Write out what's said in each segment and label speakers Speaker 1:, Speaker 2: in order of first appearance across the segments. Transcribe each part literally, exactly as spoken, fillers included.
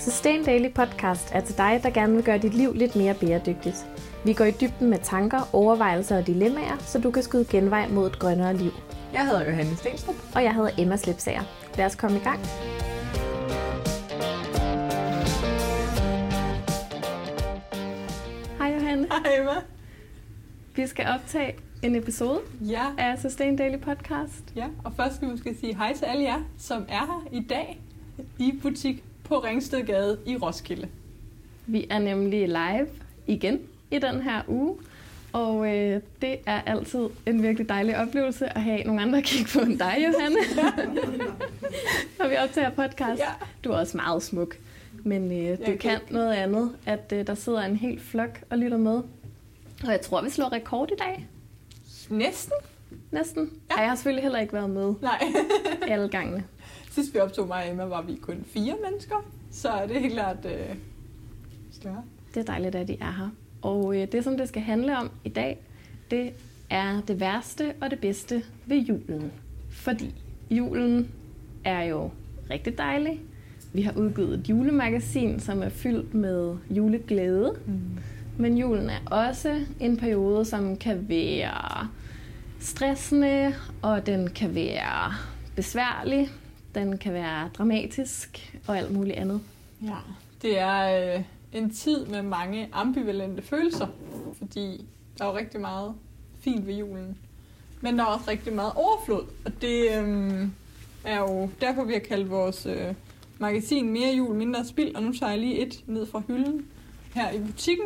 Speaker 1: Sustain Daily Podcast er til dig, der gerne vil gøre dit liv lidt mere bæredygtigt. Vi går i dybden med tanker, overvejelser og dilemmaer, så du kan skyde genvej mod et grønnere liv.
Speaker 2: Jeg hedder Johanne Stenstrup.
Speaker 1: Og jeg hedder Emma Slipsager. Lad os komme i gang. Hej Johanne.
Speaker 2: Hej Emma.
Speaker 1: Vi skal optage en episode
Speaker 2: ja.
Speaker 1: af Sustain Daily Podcast.
Speaker 2: Ja, og først skal vi måske sige hej til alle jer, som er her i dag i butik på Ringstedgade i Roskilde. Vi
Speaker 1: er nemlig live igen i den her uge, og øh, det er altid en virkelig dejlig oplevelse at have nogle andre at kigge på end dig, Johanne. Når vi optager podcast.
Speaker 2: Ja.
Speaker 1: Du er også meget smuk, men øh, det kan ikke. Noget andet, at øh, der sidder en hel flok og lytter med. Og jeg tror, vi slår rekord i dag.
Speaker 2: Næsten.
Speaker 1: Næsten.
Speaker 2: Ja.
Speaker 1: Ej, jeg har selvfølgelig heller ikke været med.
Speaker 2: Nej.
Speaker 1: alle gangene.
Speaker 2: Sidst vi optog mig og Emma, var vi kun fire mennesker, så det er helt klart øh, større.
Speaker 1: Det er dejligt, at I er her. Og øh, det, som det skal handle om i dag, det er det værste og det bedste ved julen. Fordi julen er jo rigtig dejlig. Vi har udgivet et julemagasin, som er fyldt med juleglæde. Mm. Men julen er også en periode, som kan være stressende, og den kan være besværlig. Den kan være dramatisk og alt muligt andet.
Speaker 2: Ja, det er øh, en tid med mange ambivalente følelser, fordi der er jo rigtig meget fint ved julen. Men der er også rigtig meget overflod, og det øh, er jo derfor, vi har kaldt vores øh, magasin Mere jul, mindre spild, og nu tager jeg lige et ned fra hylden her i butikken,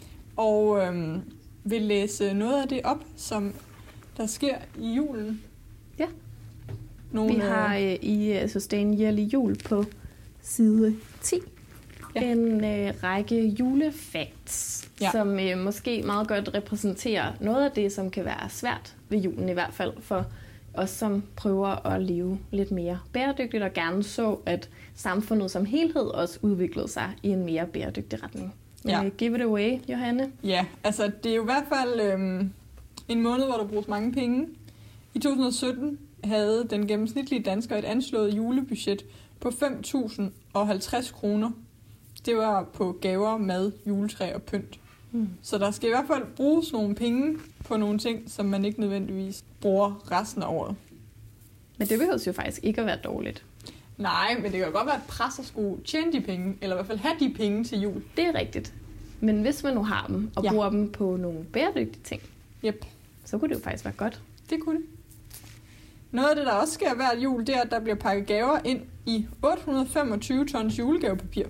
Speaker 2: og øh, vil læse noget af det op, som der sker i julen.
Speaker 1: Ja.
Speaker 2: Nogle,
Speaker 1: vi har øh, i uh, Sustain Yearly Jul på side ti ja. en øh, række julefacts, ja. som øh, måske meget godt repræsenterer noget af det, som kan være svært ved julen, i hvert fald for os, som prøver at leve lidt mere bæredygtigt og gerne så, at samfundet som helhed også udviklede sig i en mere bæredygtig retning. Ja. Uh, give it away, Johanne.
Speaker 2: Ja, altså det er jo i hvert fald øh, en måned, hvor der bruges mange penge. I to tusind og sytten havde den gennemsnitlige dansker et anslået julebudget på fem tusind og halvtreds kroner. Det var på gaver, mad, juletræ og pynt. Mm. Så der skal i hvert fald bruges nogle penge på nogle ting, som man ikke nødvendigvis bruger resten af året.
Speaker 1: Men det behøver jo faktisk ikke at være dårligt.
Speaker 2: Nej, men det kan jo godt være et pres at skulle tjene de penge, eller i hvert fald have de penge til jul.
Speaker 1: Det er rigtigt. Men hvis man nu har dem, og ja. bruger dem på nogle bæredygtige ting,
Speaker 2: yep.
Speaker 1: så kunne det jo faktisk være godt.
Speaker 2: Det kunne det. Noget af det, der også sker hver jul, det er, at der bliver pakket gaver ind i otte hundrede og femogtyve tons julegavepapir.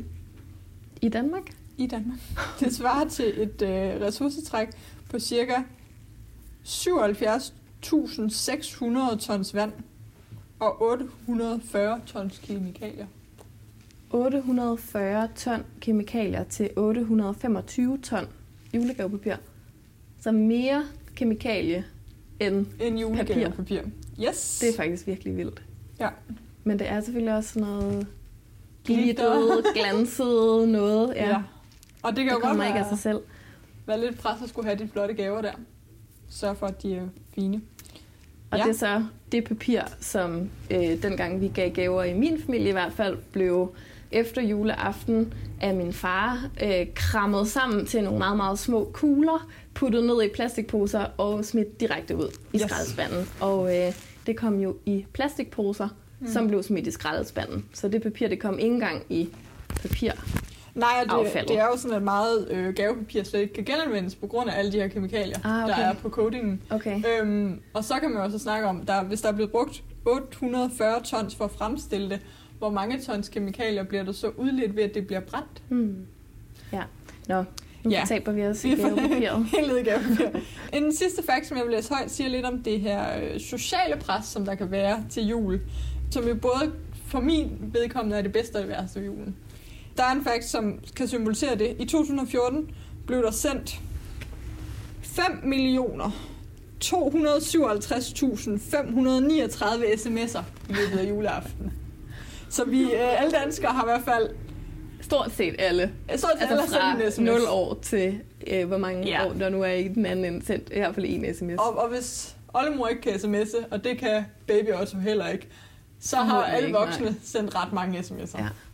Speaker 1: I Danmark?
Speaker 2: I Danmark. Det svarer til et øh, ressourcetræk på ca. syvoghalvfjerds tusind seks hundrede tons vand og otte hundrede og fyrre tons kemikalier.
Speaker 1: otte hundrede og fyrre ton kemikalier til otte hundrede og femogtyve ton julegavepapir. Så mere kemikalie end,
Speaker 2: end julegavepapir. Yes.
Speaker 1: Det er faktisk virkelig vildt.
Speaker 2: Ja.
Speaker 1: Men det er selvfølgelig også noget glittet, glanset noget. Ja. ja.
Speaker 2: Og det kan
Speaker 1: det
Speaker 2: jo godt være,
Speaker 1: ikke af sig selv.
Speaker 2: være lidt pres at skulle have de flotte gaver der. Sørg for, at de er fine.
Speaker 1: Og ja. det er så det papir, som øh, dengang vi gav gaver i min familie i hvert fald, blev efter juleaften af min far øh, krammet sammen til nogle meget, meget små kugler, puttet ned i plastikposer og smidt direkte ud i yes. skraldespanden. Og øh, det kom jo i plastikposer, mm. som blev smidt i skraldespanden. Så det papir, det kom ikke engang i papir.
Speaker 2: Nej, og det, det er jo sådan, at meget øh, gavepapir slet ikke kan genanvendes på grund af alle de her kemikalier, ah, okay. der er på coatingen.
Speaker 1: Okay.
Speaker 2: Øhm, og så kan man også snakke om, der, hvis der er blevet brugt otte hundrede og fyrre tons for at fremstille det, hvor mange tons kemikalier bliver der så udledt ved, at det bliver brændt?
Speaker 1: Hmm. Ja, nå, nu ja. taber vi os i gavepapiret.
Speaker 2: Helt ned i gavepapiret. En sidste fakt, som jeg vil læse højt, siger lidt om det her øh, sociale pres, som der kan være til jul, som jo både for min vedkommende er det bedste og det værste ved julen. Der er en fakt, som kan symbolisere det. I to tusind og fjorten blev der sendt fem millioner to hundrede og syvoghalvtreds tusind fem hundrede og niogtredive sms'er i løbet af juleaften. Så vi øh, alle danskere har i hvert fald...
Speaker 1: Stort set alle.
Speaker 2: Stort set
Speaker 1: altså
Speaker 2: alle
Speaker 1: fra nul år til øh, hvor mange ja. år der nu er i den anden ende sendt. I hvert fald en sms.
Speaker 2: Og, og hvis oldemor ikke kan sms'e, og det kan baby også heller ikke, så har alle voksne nej. sendt ret mange sms'er.
Speaker 1: Ja.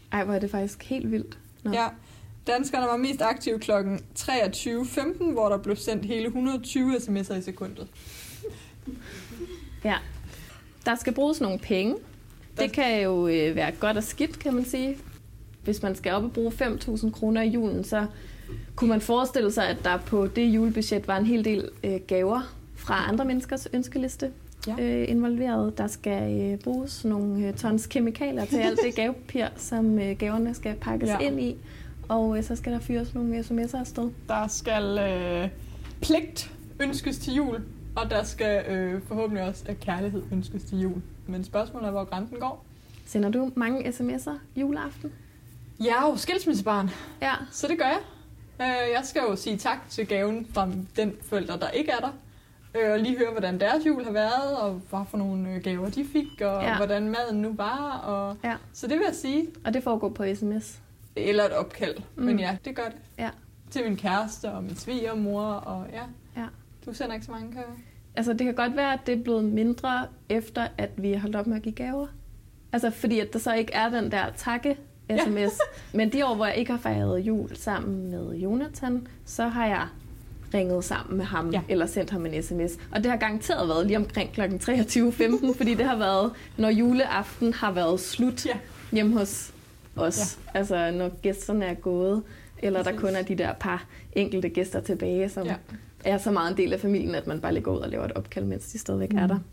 Speaker 1: Ej, hvor er det faktisk helt vildt. Nå.
Speaker 2: Ja, danskerne var mest aktive klokken treogtyve femten, hvor der blev sendt hele et hundrede og tyve sms'er i sekundet.
Speaker 1: Ja, der skal bruges nogle penge. Det kan jo øh, være godt og skidt, kan man sige. Hvis man skal op og bruge fem tusind kroner i julen, så kunne man forestille sig, at der på det julebudget var en hel del øh, gaver fra andre menneskers ønskeliste ja. øh, involveret. Der skal øh, bruges nogle øh, tons kemikalier til alt det gavepapir, som øh, gaverne skal pakkes ja. ind i. Og øh, så skal der fyres nogle sms'er afsted. Der skal øh, pligt ønskes til jul, og der skal øh, forhåbentlig også at kærlighed ønskes til jul. Men spørgsmålet er, hvor grænsen går. Sender du mange sms'er juleaften? Jeg er jo skilsmissebarn, ja. Så det gør jeg. Jeg skal jo sige tak til gaven fra den forælder, der ikke er der. Og lige høre, hvordan deres jul har været, og hvad for nogle gaver de fik, og ja. hvordan maden nu var. Og ja. Så det vil jeg sige. Og det foregår på sms? Eller et opkald. Mm. Men ja, det gør det. Ja. Til min kæreste og min svigermor. Og ja. ja. Du sender ikke så mange gaver? Altså, det kan godt være, at det er blevet mindre, efter at vi har holdt op med at give gaver. Altså, fordi at der så ikke er den der takke sms. Ja. Men de år, hvor jeg ikke har fejret jul sammen med Jonathan, så har jeg ringet sammen med ham, ja. eller sendt ham en sms. Og det har garanteret været lige omkring klokken treogtyve femten, fordi det har været, når juleaften har været slut ja. hjemme hos os. Ja. Altså, når gæsterne er gået, eller der kun er de der par enkelte gæster tilbage, som ja. er så meget en del af familien, at man bare lige går ud og laver et opkald, mens de stadigvæk mm. er der.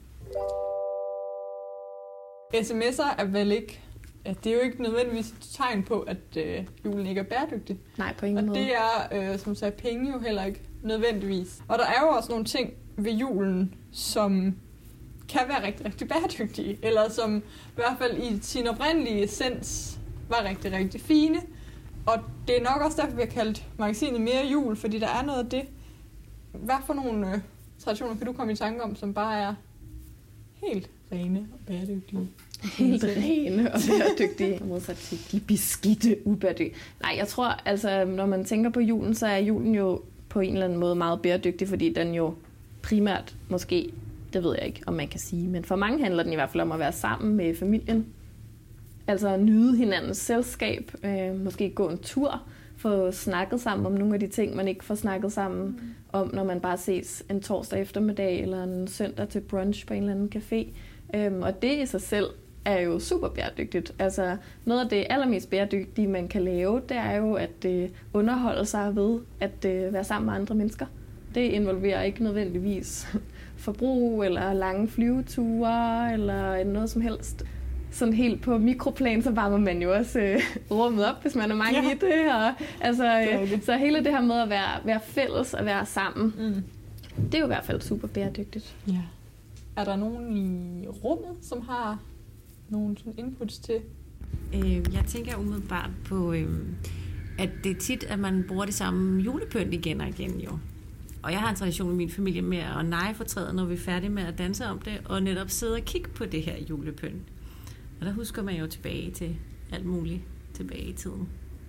Speaker 1: sms'er er vel ikke... Ja, det er jo ikke nødvendigvis et tegn på, at øh, julen ikke er bæredygtig. Nej, på ingen og måde. Og det er, øh, som sagt, penge jo heller ikke nødvendigvis. Og der er jo også nogle ting ved julen, som kan være rigtig, rigtig bæredygtige. Eller som i hvert fald i sin oprindelige essens var rigtig, rigtig fine. Og det er nok også derfor, vi har kaldt magasinet Mere Jul, fordi der er noget af det. Hvad for nogle øh, traditioner kan du komme i tanke om, som bare er helt rene og bæredygtige? Helt rene og bæredygtige, modsat til de beskidte ubæredygtige. Nej, jeg tror, altså, når man tænker på julen, så er julen jo på en eller anden måde meget bæredygtig, fordi den jo primært, måske, det ved jeg ikke, om man kan sige, men for mange handler den i hvert fald om at være sammen med familien. Altså nyde hinandens selskab, øh, måske gå en tur, få snakket sammen om nogle af de ting, man ikke får snakket sammen mm. om, når man bare ses en torsdag eftermiddag eller en søndag til brunch på en eller anden café. Øhm, og det i sig selv er jo super bæredygtigt. Altså noget af det allermest bæredygtige, man kan lave, det er jo at øh, underholde sig ved at øh, være sammen med andre mennesker. Det involverer ikke nødvendigvis forbrug eller lange flyveture eller noget som helst. Sådan helt på mikroplan, så varmer man jo også øh, rummet op, hvis man er mange ja. i det. Og, altså, øh, så hele det her med at være, være fælles og være sammen, mm. det er jo i hvert fald super bæredygtigt. Ja. Er der nogen i rummet, som har nogle inputs til?
Speaker 3: Øh, jeg tænker umiddelbart på, øh, at det er tit, at man bruger det samme julepynt igen og igen jo. Og jeg har en tradition i min familie med at neje for træet, når vi er færdige med at danse om det, og netop sidde og kigge på det her julepynt. Og der husker man jo tilbage til alt muligt tilbage i tiden.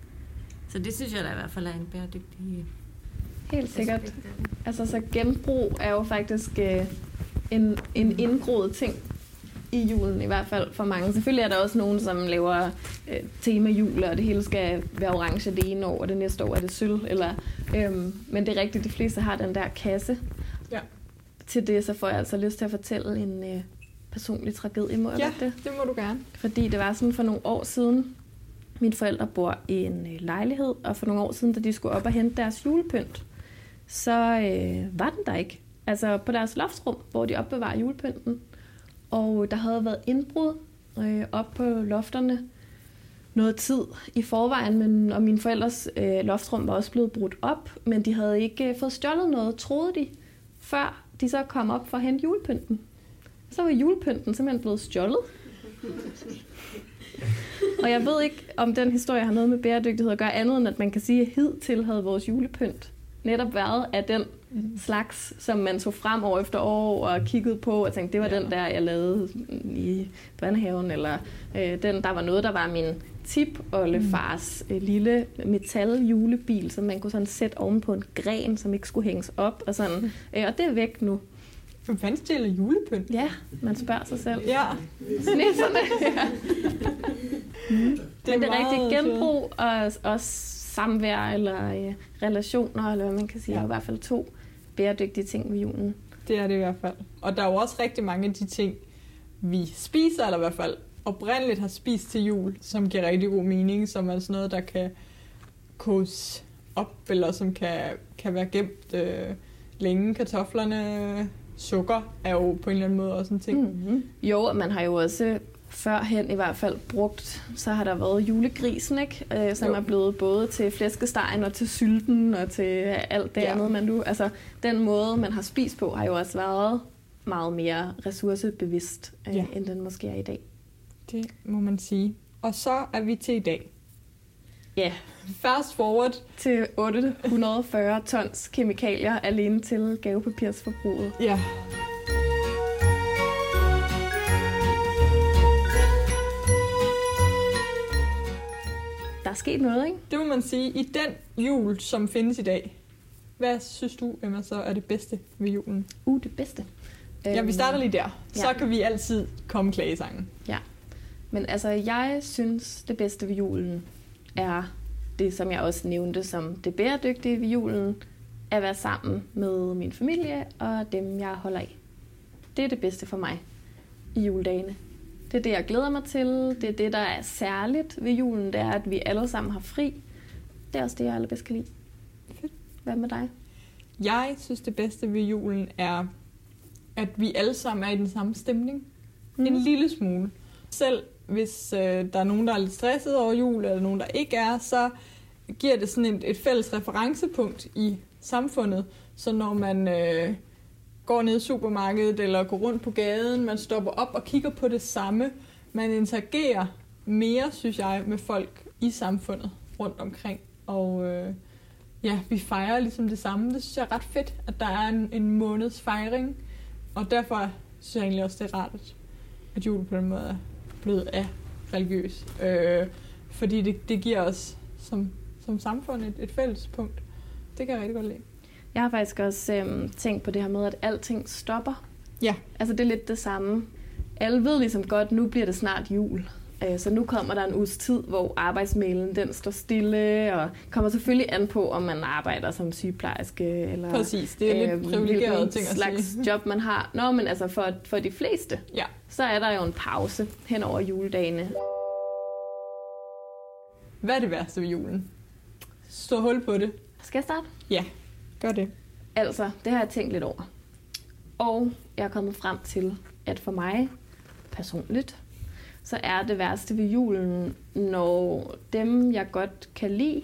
Speaker 3: Så det synes jeg da i hvert fald er en bæredygtig...
Speaker 1: Helt sikkert. Altså så genbrug er jo faktisk øh, en, en indgroet ting i julen, i hvert fald for mange. Selvfølgelig er der også nogen, som laver øh, tema jul, og det hele skal være orange det ene år, og det næste år er det sølv. Eller, øhm, men det er rigtigt, de fleste har den der kasse. Ja. Til det, så får jeg altså lyst til at fortælle en øh, personlig tragedie. Må jeg
Speaker 2: ja, det? det må du gerne.
Speaker 1: Fordi det var sådan for nogle år siden, mine forældre bor i en øh, lejlighed, og for nogle år siden, da de skulle op og hente deres julepynt, så øh, var den der ikke. Altså på deres loftsrum, hvor de opbevarer julepynten. Og der havde været indbrud øh, op på lofterne noget tid i forvejen, men, og mine forældres øh, loftrum var også blevet brudt op, men de havde ikke øh, fået stjålet noget, troede de, før de så kom op for at hente julepynten. Så var julepynten simpelthen blevet stjålet. Og jeg ved ikke, om den historie har noget med bæredygtighed at gøre andet, end at man kan sige, at hidtil havde vores julepynt netop været af den slags, som man tog frem år efter år og kiggede på og tænkte, det var ja. den der, jeg lavede i børnehaven, eller øh, den, der var noget, der var min tip-oldefars mm. lille metal-julebil, som man kunne sådan sætte oven på en gren, som ikke skulle hænges op, og sådan. Mm. Øh, og det er væk nu.
Speaker 2: Hvem fanden stjæler julepynt?
Speaker 1: Ja, man spørger sig selv.
Speaker 2: Ja.
Speaker 1: Snisserne, ja. Mm. Det er Men det er rigtig genbrug og også samvær eller øh, relationer, eller hvad man kan sige, ja. Er i hvert fald to bæredygtige ting ved julen.
Speaker 2: Det er det i hvert fald. Og der er jo også rigtig mange af de ting, vi spiser, eller i hvert fald oprindeligt har spist til jul, som giver rigtig god mening, som er sådan noget, der kan koges op, eller som kan, kan være gemt øh, længe. Kartoflerne, sukker er jo på en eller anden måde også en ting.
Speaker 1: Mm-hmm. Jo, og man har jo også førhen i hvert fald brugt, så har der været julegrisen, ikke? Øh, som jo. Er blevet både til flæskestegen og til sylten og til alt det ja. Andet, man nu... Altså, den måde, man har spist på, har jo også været meget mere ressourcebevidst, øh, ja. End den måske er i dag.
Speaker 2: Det må man sige. Og så er vi til i dag.
Speaker 1: Ja. Yeah.
Speaker 2: Fast forward.
Speaker 1: Til otte hundrede og fyrre tons kemikalier alene til gavepapirsforbruget.
Speaker 2: Ja.
Speaker 1: Der er sket noget, ikke?
Speaker 2: Det må man sige. I den jul, som findes i dag, hvad synes du, Emma, så er det bedste ved julen?
Speaker 1: Uh, det bedste.
Speaker 2: Ja, vi starter lige der. Så ja. Kan vi altid komme klagesangen.
Speaker 1: Ja. Men altså, jeg synes, det bedste ved julen er det, som jeg også nævnte som det bæredygtige ved julen, at være sammen med min familie og dem, jeg holder af. Det er det bedste for mig i juledagene. Det er det, jeg glæder mig til. Det er det, der er særligt ved julen, det er, at vi alle sammen har fri. Det er også det, jeg allerbedst kan lide.
Speaker 2: Fedt.
Speaker 1: Hvad med dig?
Speaker 2: Jeg synes, det bedste ved julen er, at vi alle sammen er i den samme stemning. Mm. En lille smule. Selv hvis øh, der er nogen, der er lidt stresset over jul, eller nogen, der ikke er, så giver det sådan et, et fælles referencepunkt i samfundet. Så når man øh, går ned i supermarkedet, eller går rundt på gaden, man stopper op og kigger på det samme. Man interagerer mere, synes jeg, med folk i samfundet rundt omkring. Og øh, ja, vi fejrer ligesom det samme. Det synes jeg er ret fedt, at der er en, en måneds fejring. Og derfor synes jeg egentlig også, det er rart, at, at jul på den måde er blevet af religiøs. Øh, fordi det, det giver os som, som samfund et, et fælles punkt. Det kan jeg rigtig godt lide.
Speaker 1: Jeg har faktisk også øhm, tænkt på det her med, at alting stopper.
Speaker 2: Ja.
Speaker 1: Altså det er lidt det samme. Alle ved ligesom godt, nu bliver det snart jul. Øh, så nu kommer der en uges tid, hvor arbejdsmailen den står stille, og kommer selvfølgelig an på, om man arbejder som sygeplejerske, eller
Speaker 2: præcis, det er øh, lidt privilegeret ting at
Speaker 1: slags
Speaker 2: sige.
Speaker 1: job, man har. Nå, men altså for, for de fleste,
Speaker 2: ja.
Speaker 1: Så er der jo en pause hen over juledagene.
Speaker 2: Hvad er det værste ved julen? Stå hul på det.
Speaker 1: Skal jeg starte?
Speaker 2: Ja, gør det.
Speaker 1: Altså, det har jeg tænkt lidt over. Og jeg er kommet frem til, at for mig personligt, så er det værste ved julen, når dem, jeg godt kan lide,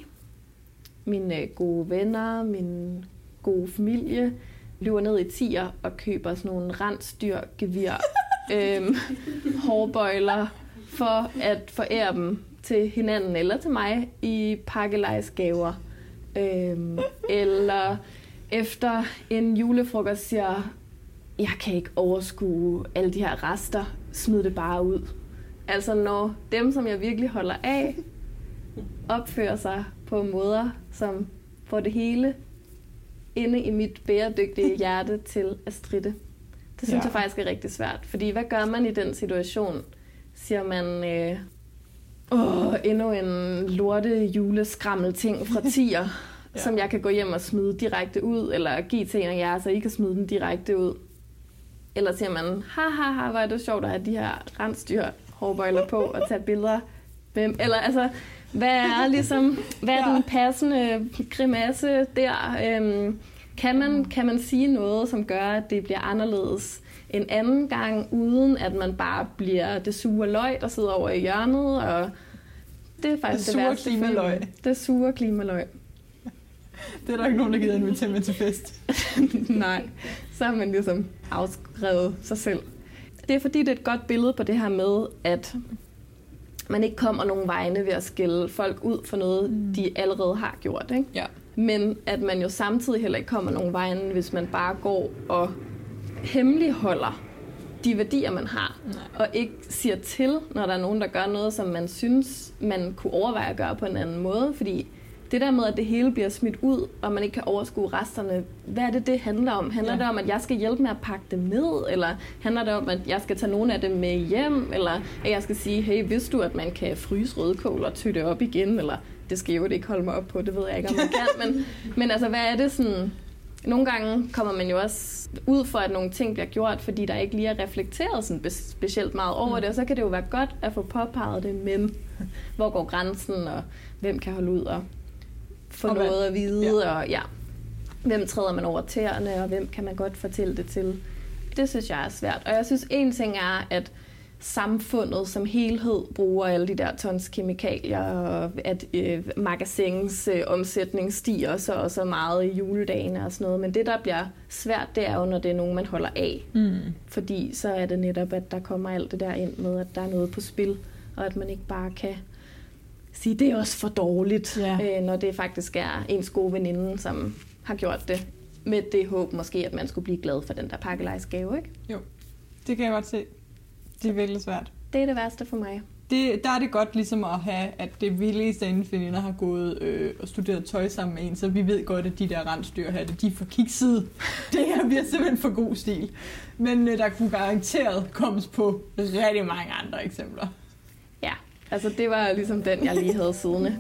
Speaker 1: mine gode venner, min gode familie, løber ned i tier og køber sådan nogle rensdyr, gevir, øhm, hårbøjler, for at forære dem til hinanden eller til mig i pakkelejsgaver. Øhm, eller efter en julefrokost siger, jeg kan ikke overskue alle de her rester, smid det bare ud. Altså når dem, som jeg virkelig holder af, opfører sig på måder, som får det hele inde i mit bæredygtige hjerte til at stritte. Det synes ja. Jeg faktisk er rigtig svært. Fordi hvad gør man i den situation? Siger man, øh, åh, endnu en lorte juleskrammel ting fra tier, ja. Som jeg kan gå hjem og smide direkte ud, eller give til en af jer, så I kan smide den direkte ud. Eller siger man, ha ha ha, hvor er det sjovt at have de her rensdyr hårbøjler på og tage billeder. Eller altså, hvad er ligesom, hvad er den passende grimasse der? Øhm, kan, man, kan man sige noget, som gør, at det bliver anderledes en anden gang, uden at man bare bliver det sure løg, der sidder over i hjørnet? Og det er faktisk det, det værste.
Speaker 2: Det sure klimaløg.
Speaker 1: Det sure klimaløg.
Speaker 2: Det er der ikke nogen, der gider invitere med til fest.
Speaker 1: Nej, så har man ligesom afskrevet sig selv. Det er fordi, det er et godt billede på det her med, at man ikke kommer nogen vegne ved at skælde folk ud for noget, mm. de allerede har gjort. Ikke?
Speaker 2: Ja.
Speaker 1: Men at man jo samtidig heller ikke kommer nogen vegne, hvis man bare går og hemmeligholder de værdier, man har. Nej. Og ikke siger til, når der er nogen, der gør noget, som man synes, man kunne overveje at gøre på en anden måde. Fordi det der med, at det hele bliver smidt ud, og man ikke kan overskue resterne, hvad er det, det handler om? Handler ja. det om, at jeg skal hjælpe med at pakke det ned? Eller handler det om, at jeg skal tage nogle af dem med hjem? Eller at jeg skal sige, hey, vidste du, at man kan fryse rødkål og tø det op igen? Eller det skal jo ikke holde mig op på, det ved jeg ikke, om man kan. Men, men altså, hvad er det sådan... Nogle gange kommer man jo også ud for, at nogle ting bliver gjort, fordi der ikke lige er reflekteret sådan specielt meget over mm. det, og så kan det jo være godt at få påpeget det, men hvor går grænsen, og hvem kan holde ud og få og noget at vide, ja. og ja, hvem træder man over tæerne, og hvem kan man godt fortælle det til. Det synes jeg er svært. Og jeg synes, en ting er, at samfundet som helhed bruger alle de der tons kemikalier, og at øh, magasinens øh, omsætning stiger så og så meget i juledagene og sådan noget. Men det, der bliver svært, det er jo, når det er nogen, man holder af. Mm. Fordi så er det netop, at der kommer alt det der ind med, at der er noget på spil, og at man ikke bare kan sige, det er også for dårligt, ja. øh, når det faktisk er ens gode veninde, som har gjort det. Med det håb måske, at man skulle blive glad for den der pakkelejsgave, ikke?
Speaker 2: Jo, det kan jeg godt se. Det er virkelig svært.
Speaker 1: Det er det værste for mig.
Speaker 2: Det, der er det godt ligesom at have, at det villigste af ens veninder har gået øh, og studeret tøj sammen med en, så vi ved godt, at de der rensdyrhatte, de er for kiksede. Det her bliver simpelthen for god stil. Men øh, der kunne garanteret kommes på rigtig mange andre eksempler.
Speaker 1: Ja, altså det var ligesom den, jeg lige havde siddende.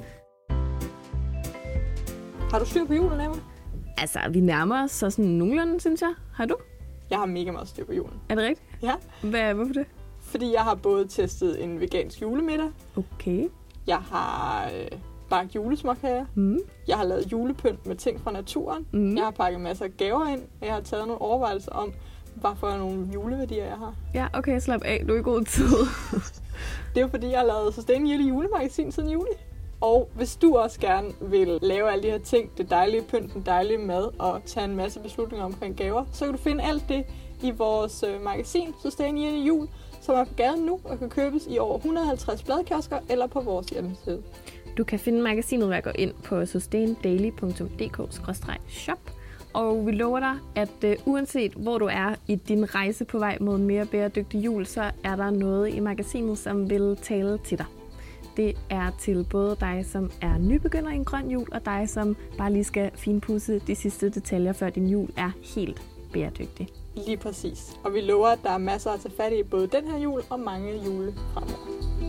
Speaker 2: Har du styr på julen, Emma?
Speaker 1: Altså, vi nærmer os så sådan nogenlunde, synes jeg. Har du?
Speaker 2: Jeg har mega meget styr på julen.
Speaker 1: Er det rigtigt?
Speaker 2: Ja.
Speaker 1: Hvad, hvorfor det?
Speaker 2: Fordi jeg har både testet en vegansk julemiddag.
Speaker 1: Okay.
Speaker 2: Jeg har øh, bagt julesmåkager.
Speaker 1: Mm.
Speaker 2: Jeg har lavet julepynt med ting fra naturen. Mm. Jeg har pakket masser af gaver ind. Og jeg har taget nogle overvejelser om, hvad for nogle juleværdier jeg har.
Speaker 1: Ja, okay, slap af. Du er i god tid.
Speaker 2: Det er jo fordi, jeg har lavet Sustainable julemagasin siden juli. Og hvis du også gerne vil lave alle de her ting, det dejlige pynt, den dejlige mad og tage en masse beslutninger omkring gaver, så kan du finde alt det i vores øh, magasin Sustainable Jul, som er på gaden nu og kan købes i over et hundrede og halvtreds bladkiosker eller på vores hjemmeside.
Speaker 1: Du kan finde magasinet ved at gå ind på sustaindaily punktum d k skråstreg shop, og vi lover dig, at uh, uanset hvor du er i din rejse på vej mod en mere bæredygtig jul, så er der noget i magasinet, som vil tale til dig. Det er til både dig, som er nybegynder i en grøn jul, og dig, som bare lige skal finpudse de sidste detaljer, før din jul er helt bæredygtig.
Speaker 2: Lige præcis. Og vi lover, at der er masser at tage fat i både den her jul og mange jule fremover.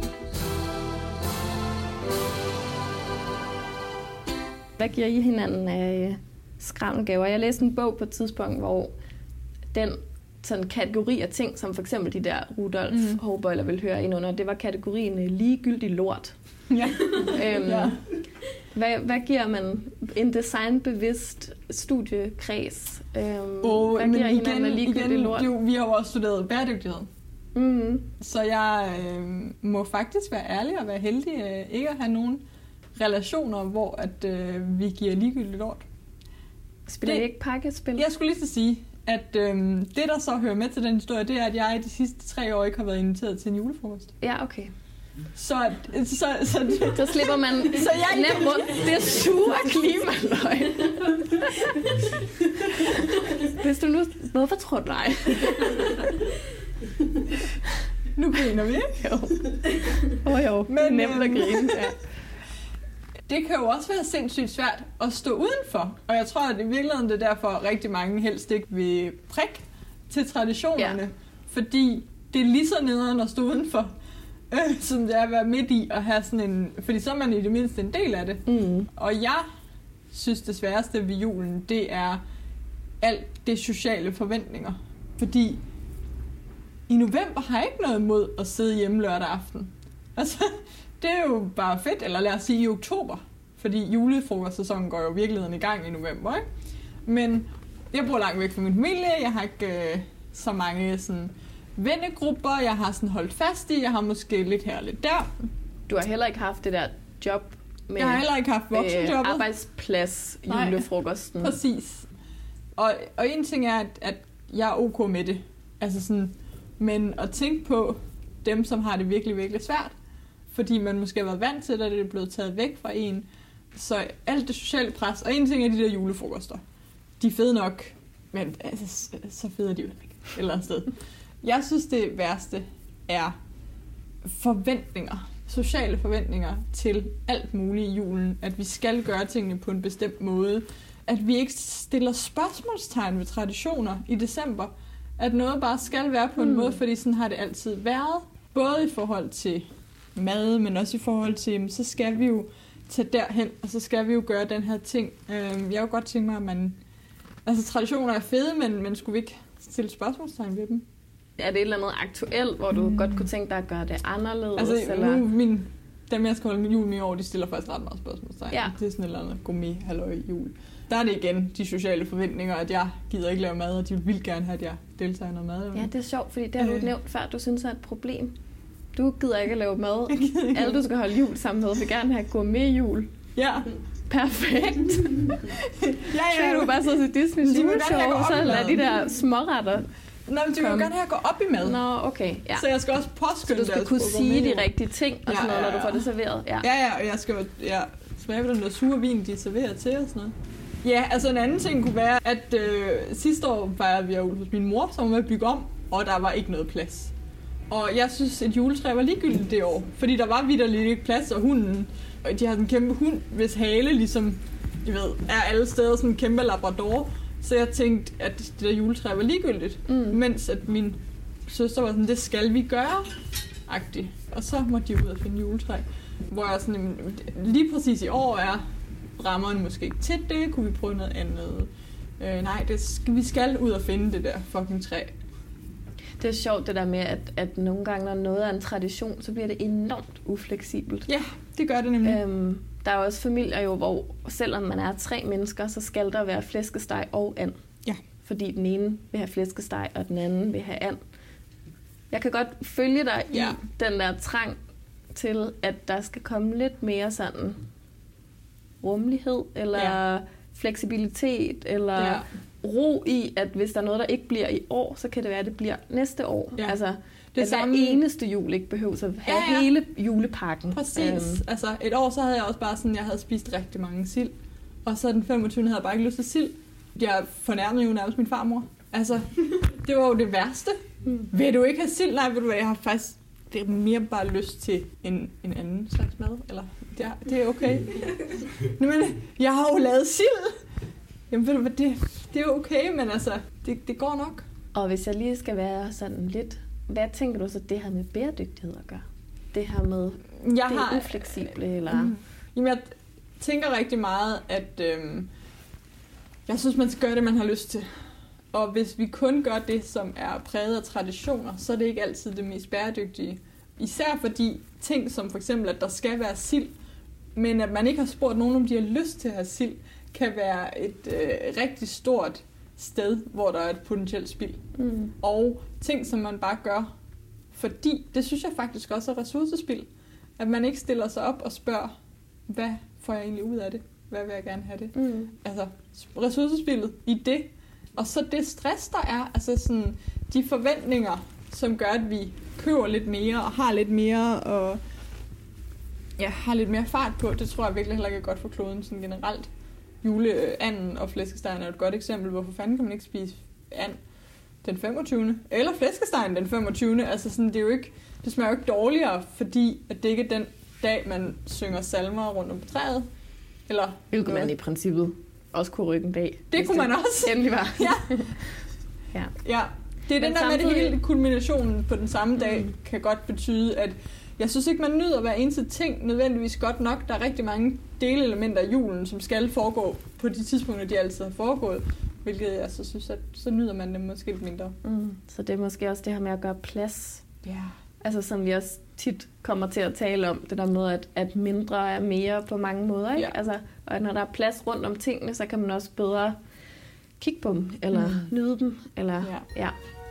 Speaker 1: Hvad giver I hinanden af skrammelgaver? Jeg læste en bog på et tidspunkt, hvor den sådan kategori af ting, som for eksempel de der Rudolf mm. Hårbøjler vil høre ind under, det var kategorien ligegyldig lort.
Speaker 2: Ja.
Speaker 1: øhm,
Speaker 2: ja.
Speaker 1: Hvad, hvad giver man en designbevidst studiekreds? Øhm,
Speaker 2: oh,
Speaker 1: hvad giver hinanden af ligegyldig
Speaker 2: igen,
Speaker 1: lort?
Speaker 2: Jo, vi har jo også studeret bæredygtighed.
Speaker 1: Mm.
Speaker 2: Så jeg øh, må faktisk være ærlig og være heldig øh, ikke at have nogen relationer, hvor at, øh, vi giver ligegyldigt lort.
Speaker 1: Spiller det, I ikke pakkespil?
Speaker 2: Jeg skulle lige så sige, at øhm, det, der så hører med til den historie, det er, at jeg i de sidste tre år ikke har været inviteret til en julefrokost.
Speaker 1: Ja, okay.
Speaker 2: Så, så, så, så,
Speaker 1: så slipper man så jeg nemt rundt. Det er sure klimaløg. Hvis du nu... Hvorfor tror du dig?
Speaker 2: Nu griner vi, ikke?
Speaker 1: Jo. Åh oh, jo, men, nemt at grine, ja.
Speaker 2: Det kan jo også være sindssygt svært at stå udenfor. Og jeg tror, at i virkeligheden det er derfor, rigtig mange helst ikke vil prikke til traditionerne. Ja. Fordi det er lige så nederen at stå udenfor, øh, som det er at være midt i og have sådan en... Fordi så er man i det mindste en del af det. Mm. Og jeg synes, det sværeste ved julen, det er alt det sociale forventninger. Fordi i november har jeg ikke noget imod at sidde hjemme lørdag aften. Altså... Det er jo bare fedt, eller lad os sige i oktober, fordi julefrokostsæsonen går jo i virkeligheden i gang i november, ikke? Men jeg bor langt væk fra min familie, jeg har ikke øh, så mange sådan, vennegrupper, jeg har sådan holdt fast i, jeg har måske lidt her og lidt der.
Speaker 1: Du har heller ikke haft det der job med
Speaker 2: jeg har heller ikke haft voksenjobbet.
Speaker 1: Øh, arbejdsplads julefrokosten.
Speaker 2: Nej, præcis. Og, og en ting er, at, at jeg er ok med det, altså sådan, men at tænke på dem, som har det virkelig, virkelig svært, fordi man måske har været vant til det, og det er blevet taget væk fra en. Så alt det sociale pres, og en ting er de der julefrokoster. De er fede nok, men altså, så fede er de jo ikke et eller andet sted. Jeg synes, det værste er forventninger sociale forventninger til alt muligt i julen. At vi skal gøre tingene på en bestemt måde. At vi ikke stiller spørgsmålstegn ved traditioner i december. At noget bare skal være på en mm. måde, fordi sådan har det altid været. Både i forhold til mad, men også i forhold til, så skal vi jo tage derhen, og så skal vi jo gøre den her ting. Jeg har jo godt tænkt mig, at man... Altså, traditioner er fede, men, men skulle vi ikke stille spørgsmålstegn ved dem?
Speaker 1: Er det et eller andet aktuelt, hvor du mm. godt kunne tænke dig at gøre det anderledes?
Speaker 2: Altså,
Speaker 1: eller?
Speaker 2: nu min, dem jeg skal holde min jul med i år, de stiller faktisk ret meget spørgsmålstegn.
Speaker 1: Ja.
Speaker 2: Det er sådan et eller andet gourmet halløj jul. Der er det igen, de sociale forventninger, at jeg gider ikke lave mad, og de vil gerne have, at jeg deltager i noget mad.
Speaker 1: Ja, det er sjovt, fordi det har du øh. nævnt før, du synes er et problem. Du gider ikke at lave mad. Alle, du skal holde jul sammen med, vil gerne have gourmet jul.
Speaker 2: Ja.
Speaker 1: Perfekt.
Speaker 2: ja, ja.
Speaker 1: Så kan du bare sidde til Disney's juleshow, og så lade de der småretter.
Speaker 2: Nå, men de vil jo gerne have at gå op i mad.
Speaker 1: Nå, okay. Ja.
Speaker 2: Så jeg skal også påskynde
Speaker 1: det. Så du skal kunne sige de rigtige ting, og sådan noget, ja, ja, ja. Når du får det serveret. Ja,
Speaker 2: ja, ja og jeg skal ja, smage på den der sure vin, de serverer til og sådan noget. Ja, altså en anden ting kunne være, at øh, sidste år fejrede vi jul hos min mor, som var med at bygge om, og der var ikke noget plads. Og jeg synes, et juletræ var ligegyldigt det år, fordi der var vitterligt ikke plads, og hunden, og de har sådan en kæmpe hund, hvis hale ligesom, I ved, er alle steder sådan en kæmpe labrador. Så jeg tænkte, at det der juletræ var ligegyldigt, mm. mens at min søster var sådan, det skal vi gøre, agtigt. Og så måtte de ud og finde juletræ, hvor jeg sådan, lige præcis i år er rammerne måske ikke til det, kunne vi prøve noget andet. Øh, nej, det skal, vi skal ud og finde det der fucking træ.
Speaker 1: Det er sjovt det der med, at, at nogle gange, når noget er en tradition, så bliver det enormt ufleksibelt.
Speaker 2: Ja, det gør det nemlig.
Speaker 1: Øhm, der er også familier jo, hvor selvom man er tre mennesker, så skal der være flæskesteg og and.
Speaker 2: Ja. Fordi
Speaker 1: den ene vil have flæskesteg, og den anden vil have and. Jeg kan godt følge dig ja. i den der trang til, at der skal komme lidt mere sådan rummelighed, eller ja. fleksibilitet, eller ja. ro i, at hvis der er noget, der ikke bliver i år, så kan det være, at det bliver næste år.
Speaker 2: Ja.
Speaker 1: Altså,
Speaker 2: det
Speaker 1: at samme... hver eneste jul ikke behøver at have ja, ja. hele julepakken.
Speaker 2: Præcis. Um... Altså, et år så havde jeg også bare sådan, jeg havde spist rigtig mange sild, og så den femogtyvende havde jeg bare ikke lyst til sild. Jeg fornærmede jo nærmest min farmor. Altså, det var jo det værste. Mm. Vil du ikke have sild? Nej, ved du hvad, jeg har faktisk det er mere bare lyst til en, en anden slags mad. Eller, det er, det er okay. Nå, men jeg har jo lavet sild. Jamen ved du hvad, det, det er okay, men altså, det, det går nok.
Speaker 1: Og hvis jeg lige skal være sådan lidt, hvad tænker du så, det her med bæredygtighed at gøre? Det her med jeg det har, ufleksible, eller?
Speaker 2: Mm, jamen jeg tænker rigtig meget, at øhm, jeg synes, man skal gøre det, man har lyst til. Og hvis vi kun gør det, som er præget af traditioner, så er det ikke altid det mest bæredygtige. Især fordi ting som for eksempel, at der skal være sild, men at man ikke har spurgt nogen, om de har lyst til at have sild, kan være et øh, rigtig stort sted, hvor der er et potentielt spild. Mm. Og ting, som man bare gør, fordi det synes jeg faktisk også er ressourcespild. At man ikke stiller sig op og spørger, hvad får jeg egentlig ud af det? Hvad vil jeg gerne have det? Mm. Altså, ressourcespildet i det. Og så det stress, der er, altså sådan de forventninger, som gør, at vi køber lidt mere og har lidt mere og ja, har lidt mere fart på, det tror jeg virkelig heller ikke er godt for kloden sådan generelt. Juleanden og flæskestegen er et godt eksempel. Hvorfor fanden kan man ikke spise and den femogtyvende? Eller flæskestegen den femogtyvende? Altså sådan, det er jo ikke, det smager jo ikke dårligere, fordi at det ikke er den dag, man synger salmer rundt om træet. Eller
Speaker 1: hvilket man i princippet også kunne rykke en dag.
Speaker 2: Det kunne man også.
Speaker 1: Endelig var.
Speaker 2: Ja.
Speaker 1: ja.
Speaker 2: ja. Det er
Speaker 1: Men
Speaker 2: den der samtidig... med det hele kulminationen på den samme dag, mm. kan godt betyde, at jeg synes ikke, man nyder hver eneste ting nødvendigvis godt nok. Der er rigtig mange delelementer af julen, som skal foregå på de tidspunkter, de altid har foregået. Hvilket jeg så synes, at så nyder man det måske lidt mindre. Mm.
Speaker 1: Så det er måske også det her med at gøre plads.
Speaker 2: Ja. Yeah.
Speaker 1: Altså som vi også tit kommer til at tale om, det der med, at, at mindre er mere på mange måder. Ikke? Yeah. Altså, og når der er plads rundt om tingene, så kan man også bedre kigge på dem, eller mm. nyde dem. Eller,
Speaker 2: yeah.
Speaker 1: ja.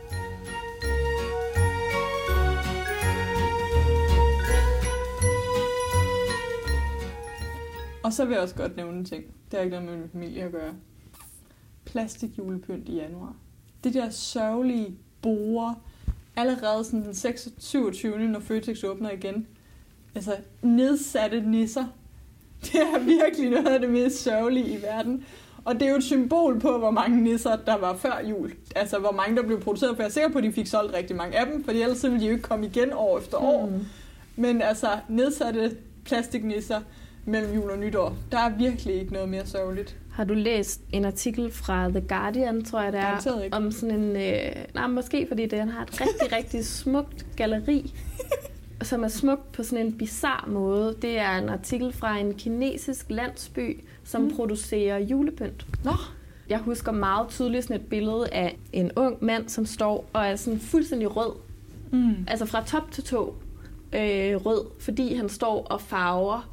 Speaker 2: Og så vil jeg også godt nævne en ting. Det har ikke noget med min familie at gøre. Plastikjulepynt i januar. Det der sørgelige borde, allerede sådan den syvogtyvende når Føtex åbner igen. Altså, nedsatte nisser. Det er virkelig noget af det mest sørgelige i verden. Og det er jo et symbol på, hvor mange nisser, der var før jul. Altså, hvor mange, der blev produceret. For jeg er sikker på, at de fik solgt rigtig mange af dem, for ellers ville de jo ikke komme igen år efter år. Mm. Men altså, nedsatte plastiknisser mellem jul og nytår, der er virkelig ikke noget mere sørgeligt.
Speaker 1: Har du læst en artikel fra The Guardian, tror jeg det er, om sådan en... Øh, nej, måske fordi den har et rigtig, rigtig smukt galleri, som er smukt på sådan en bizarre måde. Det er en artikel fra en kinesisk landsby, som mm. producerer julepynt.
Speaker 2: Nå.
Speaker 1: Jeg husker meget tydeligt sådan et billede af en ung mand, som står og er sådan fuldstændig rød. Mm. Altså fra top til tå øh, rød, fordi han står og farver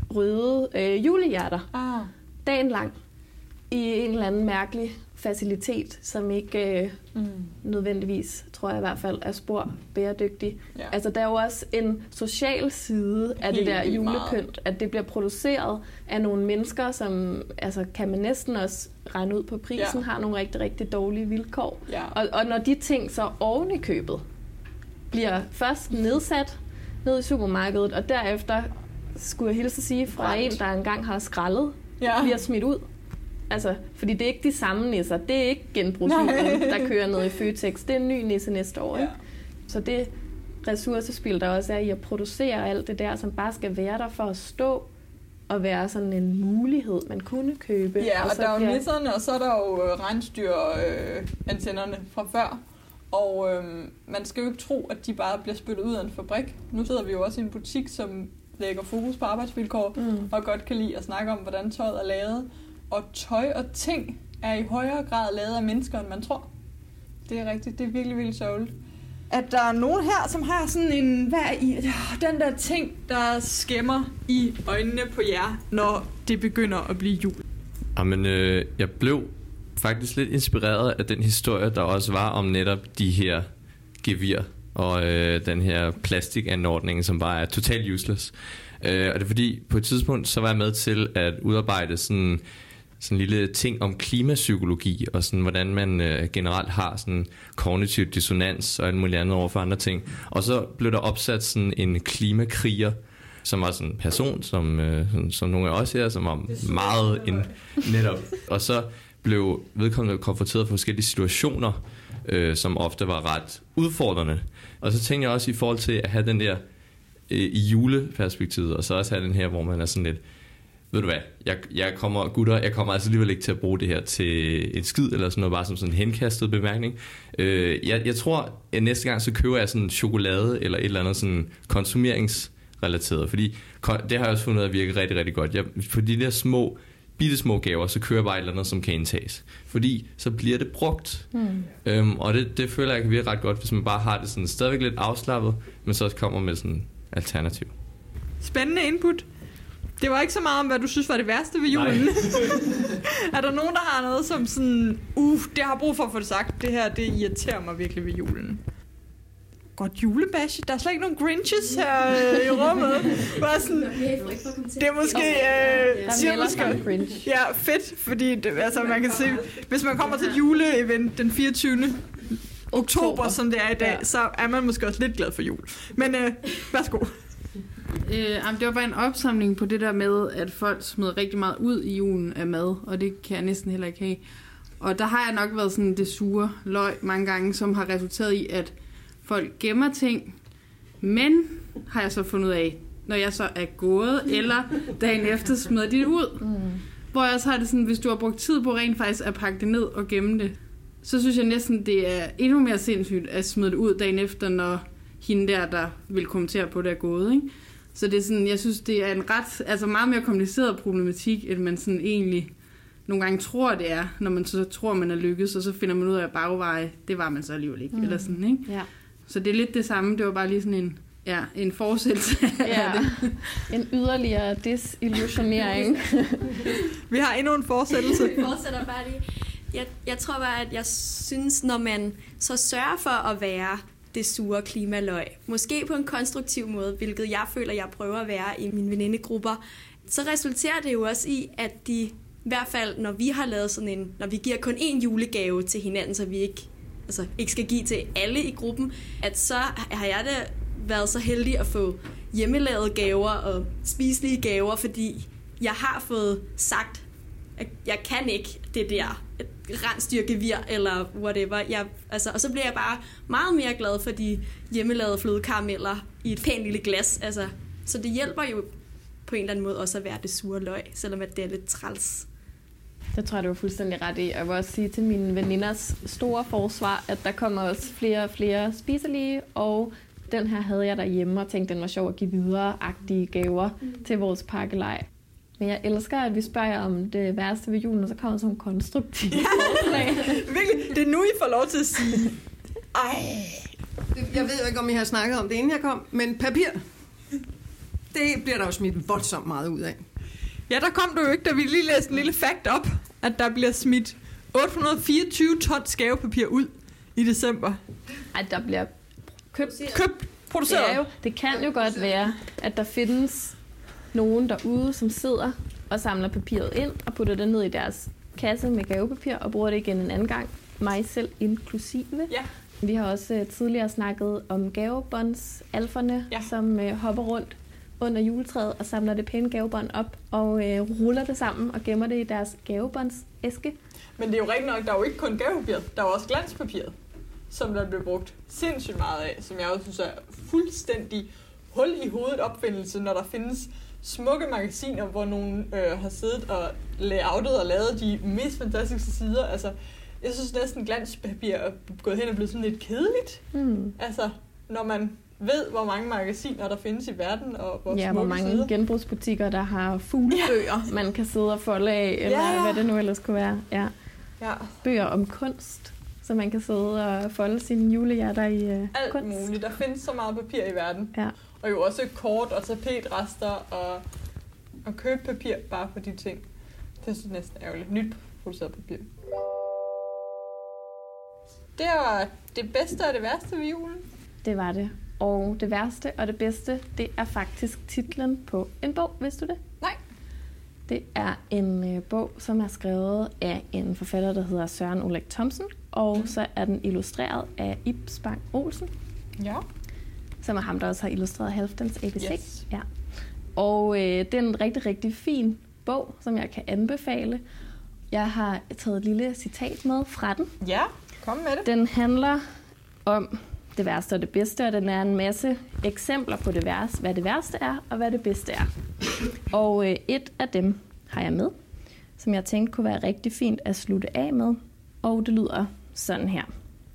Speaker 1: røde øh, julehjerter ah. dagen lang i en eller anden mærkelig facilitet, som ikke øh, mm. nødvendigvis, tror jeg i hvert fald, er spor bæredygtig. Ja. Altså der er jo også en social side af Helt det der julepynt, meget. At det bliver produceret af nogle mennesker, som altså, kan man næsten også regne ud på prisen, ja. Har nogle rigtig, rigtig dårlige vilkår. Ja. Og, og når de ting så oven i købet bliver først nedsat ned i supermarkedet, og derefter, skulle jeg hilse at sige, fra right. en, der engang har skrællet, ja. Bliver smidt ud. Altså, fordi det er ikke de samme nisser. Det er ikke genbrugsjulen, der kører ned i Føtex. Det er en ny nisse næste år. Ja. Ikke? Så det ressourcespil, der også er i at producere alt det der, som bare skal være der for at stå og være sådan en mulighed, man kunne købe.
Speaker 2: Ja, og,
Speaker 1: og
Speaker 2: der er jo bliver... nisserne, og så er der jo rensdyrantennerne øh, fra før. Og øh, man skal jo ikke tro, at de bare bliver spyttet ud af en fabrik. Nu sidder vi jo også i en butik, som lægger fokus på arbejdsvilkår, mm. og godt kan lide at snakke om, hvordan tøjet er lavet. Og tøj og ting er i højere grad lavet af mennesker, end man tror. Det er rigtigt. Det er virkelig, virkelig sørgeligt. At der er nogen her, som har sådan en... Hvad er i, den der ting, der skæmmer i øjnene på jer, når det begynder at blive jul.
Speaker 4: Jamen, øh, jeg blev faktisk lidt inspireret af den historie, der også var om netop de her gevir og øh, den her plastikanordning, som bare er totalt useless. Øh, og det er fordi, på et tidspunkt, så var jeg med til at udarbejde sådan... sådan en lille ting om klimapsykologi, og sådan, hvordan man øh, generelt har sådan kognitiv dissonans og alt muligt andet over for andre ting. Og så blev der opsat sådan en klimakriger, som var sådan en person, som, øh, som, som nogle af os her, som var meget en, netop. Og så blev vedkommende konfronteret for forskellige situationer, øh, som ofte var ret udfordrende. Og så tænkte jeg også i forhold til at have den der øh, i juleperspektivet, og så også have den her, hvor man er sådan lidt, ved du hvad, jeg, jeg kommer, gutter, jeg kommer altså alligevel ikke til at bruge det her til en skid, eller sådan noget, bare som sådan en henkastet bemærkning. Øh, jeg, jeg tror, at næste gang, så køber jeg sådan chokolade, eller et eller andet sådan konsumeringsrelateret, fordi det har jeg også fundet at virke rigtig, rigtig godt. Jeg, for de der små, bittesmå gaver, så kører jeg bare et eller andet, som kan indtages. Fordi så bliver det brugt. Mm. Øhm, og det, det føler jeg kan virke ret godt, hvis man bare har det sådan stadigvæk lidt afslappet, men så også kommer med sådan alternativ.
Speaker 2: Spændende input. Det var ikke så meget om, hvad du synes var det værste ved julen. Er der nogen, der har noget som sådan, uh, det har brug for at få det sagt, det her, det irriterer mig virkelig ved julen? Godt julebash. Der er slet ikke nogen Grinches her øh, i rummet. Bare sådan, det er måske... Øh, siger måske ja, fedt, fordi det, altså, man kan se, hvis man kommer til et juleevent den fireogtyvende oktober, som det er i dag, ja. Så er man måske også lidt glad for jul. Men øh, værsgo.
Speaker 5: Øh, det var bare en opsamling på det der med, at folk smider rigtig meget ud i julen af mad, og det kan jeg næsten heller ikke have. Og der har jeg nok været sådan det sure løg mange gange, som har resulteret i, at folk gemmer ting, men har jeg så fundet ud af, når jeg så er gået, eller dagen efter smider de det ud. Mm. Hvor jeg så har det sådan, hvis du har brugt tid på rent faktisk at pakke det ned og gemme det, så synes jeg næsten, det er endnu mere sindssygt at smide det ud dagen efter, når hende der, der vil kommentere på det, er gået, ikke? Så det er sådan, jeg synes, det er en ret, altså meget mere kompliceret problematik, end man sådan egentlig nogle gange tror, det er, når man så tror, man er lykkedes, og så finder man ud af bagveje, det var man så alligevel ikke, mm. eller sådan, ikke? Ja. Så det er lidt det samme, det var bare lige sådan en, ja, en fortsættelse
Speaker 1: ja. af det. En yderligere desillusionering.
Speaker 2: Vi har endnu en fortsættelse.
Speaker 6: Jeg fortsætter bare lige. Jeg, jeg tror bare, at jeg synes, når man så sørger for at være det sure klimaløg, måske på en konstruktiv måde, hvilket jeg føler, jeg prøver at være i mine venindegrupper, så resulterer det jo også i, at de, i hvert fald når vi har lavet sådan en, når vi giver kun én julegave til hinanden, så vi ikke, altså, ikke skal give til alle i gruppen, at så har jeg da været så heldig at få hjemmelavede gaver og spiselige gaver, fordi jeg har fået sagt jeg, jeg kan ikke det der rensdyrgevir eller whatever. Jeg, altså, og så bliver jeg bare meget mere glad for de hjemmelavede flødekarameller i et pænt lille glas. Altså, så det hjælper jo på en eller anden måde også at være det sure løg, selvom at det er lidt træls.
Speaker 1: Det tror jeg, du er fuldstændig ret i. Jeg vil også sige til mine veninders store forsvar, at der kommer også flere og flere spiselige, og den her havde jeg derhjemme og tænkte, den var sjov at give videre-agtige gaver mm. til vores pakkelej. Men jeg elsker, at vi spørger jer om det værste ved julen, og så kommer sådan nogle konstruktive forslag.
Speaker 2: Virkelig, det er nu, I får lov til at sige. Ej.
Speaker 7: Jeg ved jo ikke, om I har snakket om det, inden jeg kom, men papir, det bliver der jo smidt voldsomt meget ud af.
Speaker 2: Ja, der kom du jo ikke, da vi lige læste en lille fact op, at der bliver smidt otte hundrede og fireogtyve tons gavepapir ud i december.
Speaker 1: Ej, der bliver købt.
Speaker 2: Købt, produceret.
Speaker 1: Det, er jo, det kan jo godt være, at der findes nogen derude, som sidder og samler papiret ind og putter det ned i deres kasse med gavepapir og bruger det igen en anden gang. Mig selv inklusive.
Speaker 2: Ja.
Speaker 1: Vi har også uh, tidligere snakket om gavebåndsalferne, ja. som uh, hopper rundt under juletræet og samler det pæne gavebånd op og uh, ruller det sammen og gemmer det i deres gavebåndsæske.
Speaker 2: Men det er jo rigtig nok, der er jo ikke kun gavepapir, der er jo også glanspapiret, som der bliver brugt sindssygt meget af, som jeg også synes er fuldstændig hul i hovedet opfindelse, når der findes smukke magasiner, hvor nogen øh, har siddet og layoutet og lavet de mest fantastiske sider. Altså, jeg synes næsten glanspapir er gået hen og blevet sådan lidt kedeligt. Mm. Altså, når man ved, hvor mange magasiner der findes i verden, og hvor
Speaker 1: ja,
Speaker 2: smukke
Speaker 1: hvor mange
Speaker 2: sider.
Speaker 1: genbrugsbutikker, der har fuglebøger, ja. man kan sidde og folde af, eller ja, ja. hvad det nu ellers kunne være. Ja.
Speaker 2: Ja.
Speaker 1: Bøger om kunst, så man kan sidde og folde sine julehjerter i uh,
Speaker 2: alt
Speaker 1: kunst.
Speaker 2: Alt muligt. Der findes så meget papir i verden.
Speaker 1: Ja.
Speaker 2: Og jo også kort og tapetrester og, og købe papir bare for de ting. Det er så næsten ærgerligt. Nyt produceret papir. Det var det bedste og det værste ved julen.
Speaker 1: Det var det. Og det værste og det bedste, det er faktisk titlen på en bog. Vidste du det?
Speaker 2: Nej.
Speaker 1: Det er en øh, bog, som er skrevet af en forfatter, der hedder Søren Ulrik Thomsen. Og mm. så er den illustreret af Ib Spang Olsen.
Speaker 2: Ja.
Speaker 1: Som er ham, der også har illustreret Halfdans A B C.
Speaker 2: Yes.
Speaker 1: Ja. Og øh, det er en rigtig, rigtig fin bog, som jeg kan anbefale. Jeg har taget et lille citat med fra den.
Speaker 2: Ja, kom med det.
Speaker 1: Den handler om det værste og det bedste, og den er en masse eksempler på det værste, hvad det værste er, og hvad det bedste er. Og øh, et af dem har jeg med, som jeg tænkte kunne være rigtig fint at slutte af med. Og det lyder sådan her.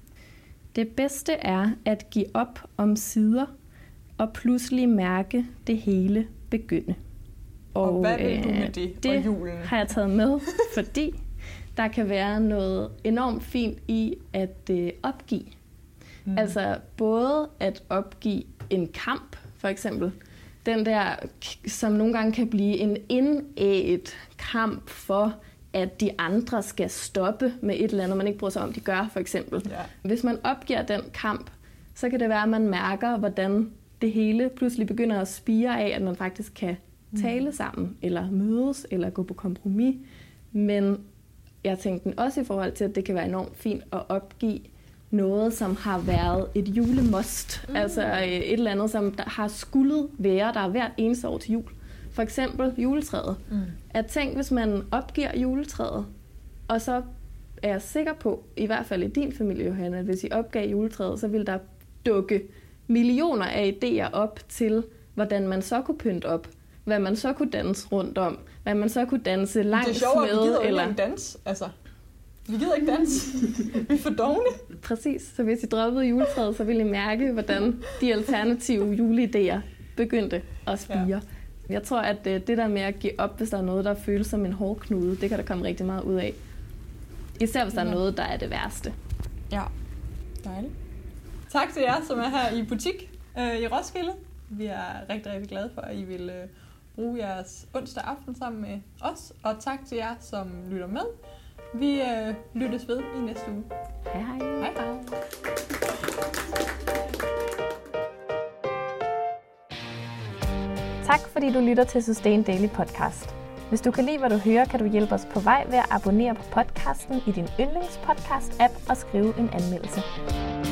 Speaker 1: Det bedste er at give op om sider, og pludselig mærke det hele begynde.
Speaker 2: Og, og hvad vil du med det,
Speaker 1: det
Speaker 2: og julen?
Speaker 1: har jeg taget med, fordi der kan være noget enormt fint i at øh, opgive. Mm. Altså både at opgive en kamp, for eksempel. Den der, som nogle gange kan blive en indæget kamp for, at de andre skal stoppe med et eller andet, man ikke bryder sig om, de gør, for eksempel. Ja. Hvis man opgiver den kamp, så kan det være, at man mærker, hvordan det hele pludselig begynder at spire af, at man faktisk kan tale mm. sammen, eller mødes, eller gå på kompromis. Men jeg tænkte også i forhold til, at det kan være enormt fint at opgive noget, som har været et julemost. Mm. Altså et eller andet, som der har skullet være, der er hvert eneste år til jul. For eksempel juletræet. Mm. At tænk, hvis man opgiver juletræet, og så er jeg sikker på, i hvert fald i din familie, Johanna, at hvis I opgav juletræet, så ville der dukke millioner af idéer op til, hvordan man så kunne pynte op, hvad man så kunne danse rundt om, hvad man så kunne danse langs med.
Speaker 2: Det er sjovt, at vi gider
Speaker 1: eller...
Speaker 2: ikke dans, altså. Vi gider ikke dans. Vi er for dogne.
Speaker 1: Præcis. Så hvis I droppede juletræet, så ville I mærke, hvordan de alternative juleidéer begyndte at spire. Ja. Jeg tror, at det der med at give op, hvis der er noget, der føles som en hård knude, det kan der komme rigtig meget ud af. Især hvis der er noget, der er det værste.
Speaker 2: Ja, dejligt. Tak til jer, som er her i butik øh, i Roskilde. Vi er rigtig, rigtig glade for, at I vil øh, bruge jeres onsdag aften sammen med os. Og tak til jer, som lytter med. Vi øh, lyttes ved i næste uge.
Speaker 1: Hej hej.
Speaker 2: Hej hej.
Speaker 8: Tak fordi du lytter til Sustain Daily Podcast. Hvis du kan lide, hvad du hører, kan du hjælpe os på vej ved at abonnere på podcasten i din yndlingspodcast-app og skrive en anmeldelse.